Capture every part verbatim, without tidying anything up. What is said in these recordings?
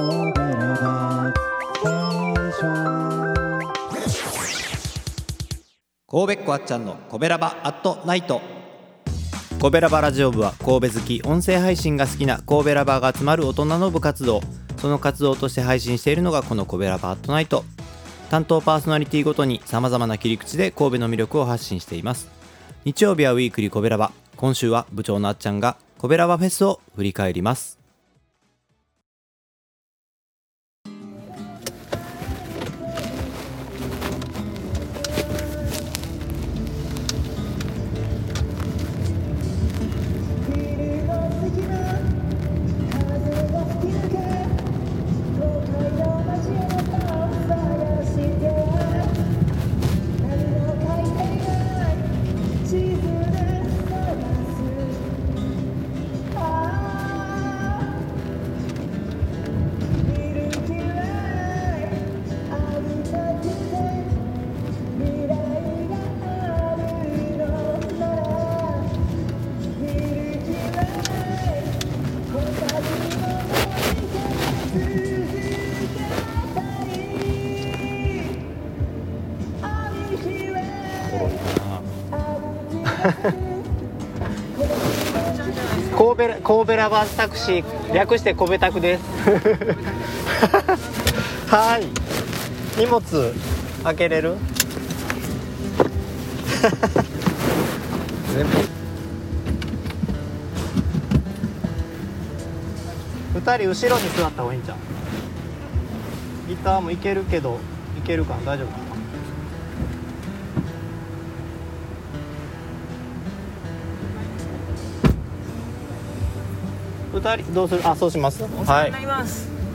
神戸っ子あっちゃんのコベラバアットナイト。 コベラバラジオ部は神戸好き、音声配信が好きな神戸ラバーが集まる大人の部活動。その活動として配信しているのがこのコベラバアットナイト。担当パーソナリティごとに様々な切り口で神戸の魅力を発信しています。日曜日はウィークリーコベラバ。今週は部長のあっちゃんがコベラバフェスを振り返ります。神戸ラ、神戸ラバーズタクシー、略してコベタクですはい、荷物開けれる全部ふたり後ろに座った方がいいんじゃん。ギターもいけるけど、いけるかな、大丈夫かな。ふたりどうする？あ、そうします。はい。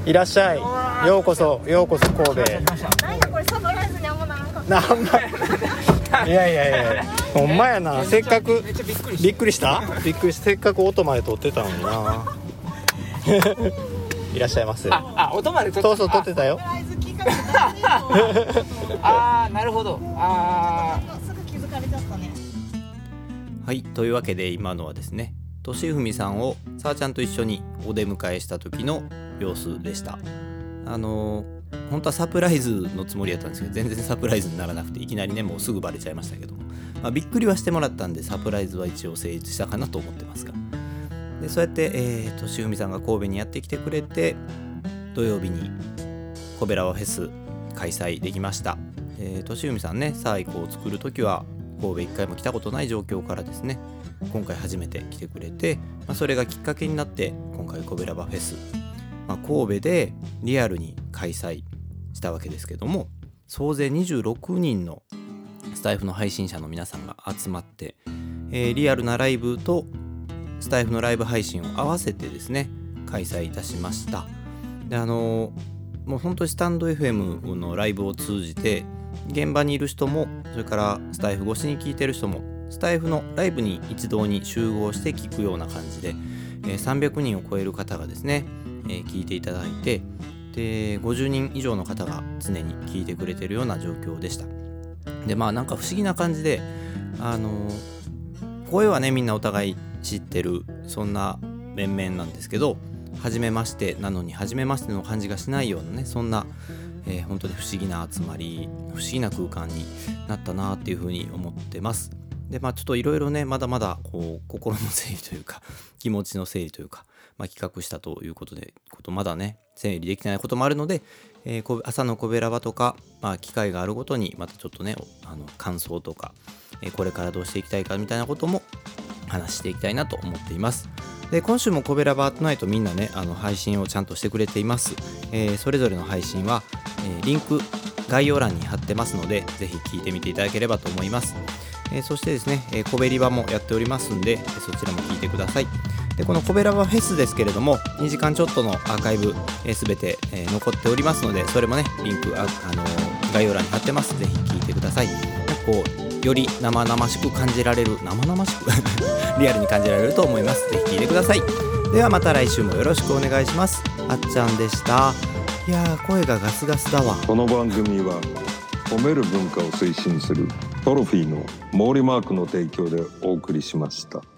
いらっしゃい。ようこそ、ようこそ神戸。 なんやこれサプライズにあんまならんかった。 なんまいやいやいや、ほんまやな。せっかくびっくりした？びっくりした。せっかく音まで撮ってたのにな。いらっしゃいませ。 あ、あ、音まで撮ってた。 そうそう、撮ってたよ。 サプライズ聞かれた。 あー、なるほど。あー、すぐ気づかれちゃったね。 はい、というわけで今のはですね、としふみさんをさあちゃんと一緒にお出迎えした時の様子でした。あのー、本当はサプライズのつもりだったんですけど、全然サプライズにならなくて、いきなりねもうすぐバレちゃいましたけども、まあ、びっくりはしてもらったんでサプライズは一応成立したかなと思ってますが、でそうやってえーとしふみさんが神戸にやってきてくれて、土曜日にコベラバフェス開催できました。えーとしふみさんね、サーイコを作る時は神戸一回も来たことない状況からですね、今回初めて来てくれて、まあ、それがきっかけになって今回コベラバフェス、まあ、神戸でリアルに開催したわけですけども、総勢にじゅうろくにんのスタイフの配信者の皆さんが集まって、えー、リアルなライブとスタイフのライブ配信を合わせてですね開催いたしました。であのー、もう本当にスタンド エフエム のライブを通じて現場にいる人も、それからスタイフ越しに聞いてる人も、スタイフのライブに一堂に集合して聞くような感じで、えー、さんびゃくにんを超える方がですね、えー、聞いていただいて、でごじゅうにん以上の方が常に聞いてくれてるような状況でした。でまあなんか不思議な感じで、あのー、声はねみんなお互い知ってる、そんな面々なんですけど、初めましてなのに初めましての感じがしないようなね、そんなえー、本当に不思議な集まり、不思議な空間になったなっていうふうに思ってます。でまあちょっといろいろね、まだまだこう心の整理というか気持ちの整理というか、まあ、企画したということでことまだね整理できてないこともあるので、えー、朝のコベラバとか、まあ、機会があるごとにまたちょっとねあの感想とか、えー、これからどうしていきたいかみたいなことも話していきたいなと思っています。で今週もコベラバアットナイトみんなねあの配信をちゃんとしてくれています。えー、それぞれの配信は、えー、リンク概要欄に貼ってますので、ぜひ聞いてみていただければと思います。えー、そしてですね、えー、コベリバもやっておりますんで、そちらも聞いてください。でこのコベラバフェスですけれども、にじかんちょっとのアーカイブすべ、えー、て、えー、残っておりますので、それもねリンクあ、あのー、概要欄に貼ってます。ぜひ聞いてください。こうより生々しく感じられる、生々しくリアルに感じられると思います。ぜひ聞いてください。ではまた来週もよろしくお願いします。あっちゃんでした。いやー声がガスガスだわ。 この番組は褒める文化を推進するトロフィーの毛利マークの提供でお送りしました。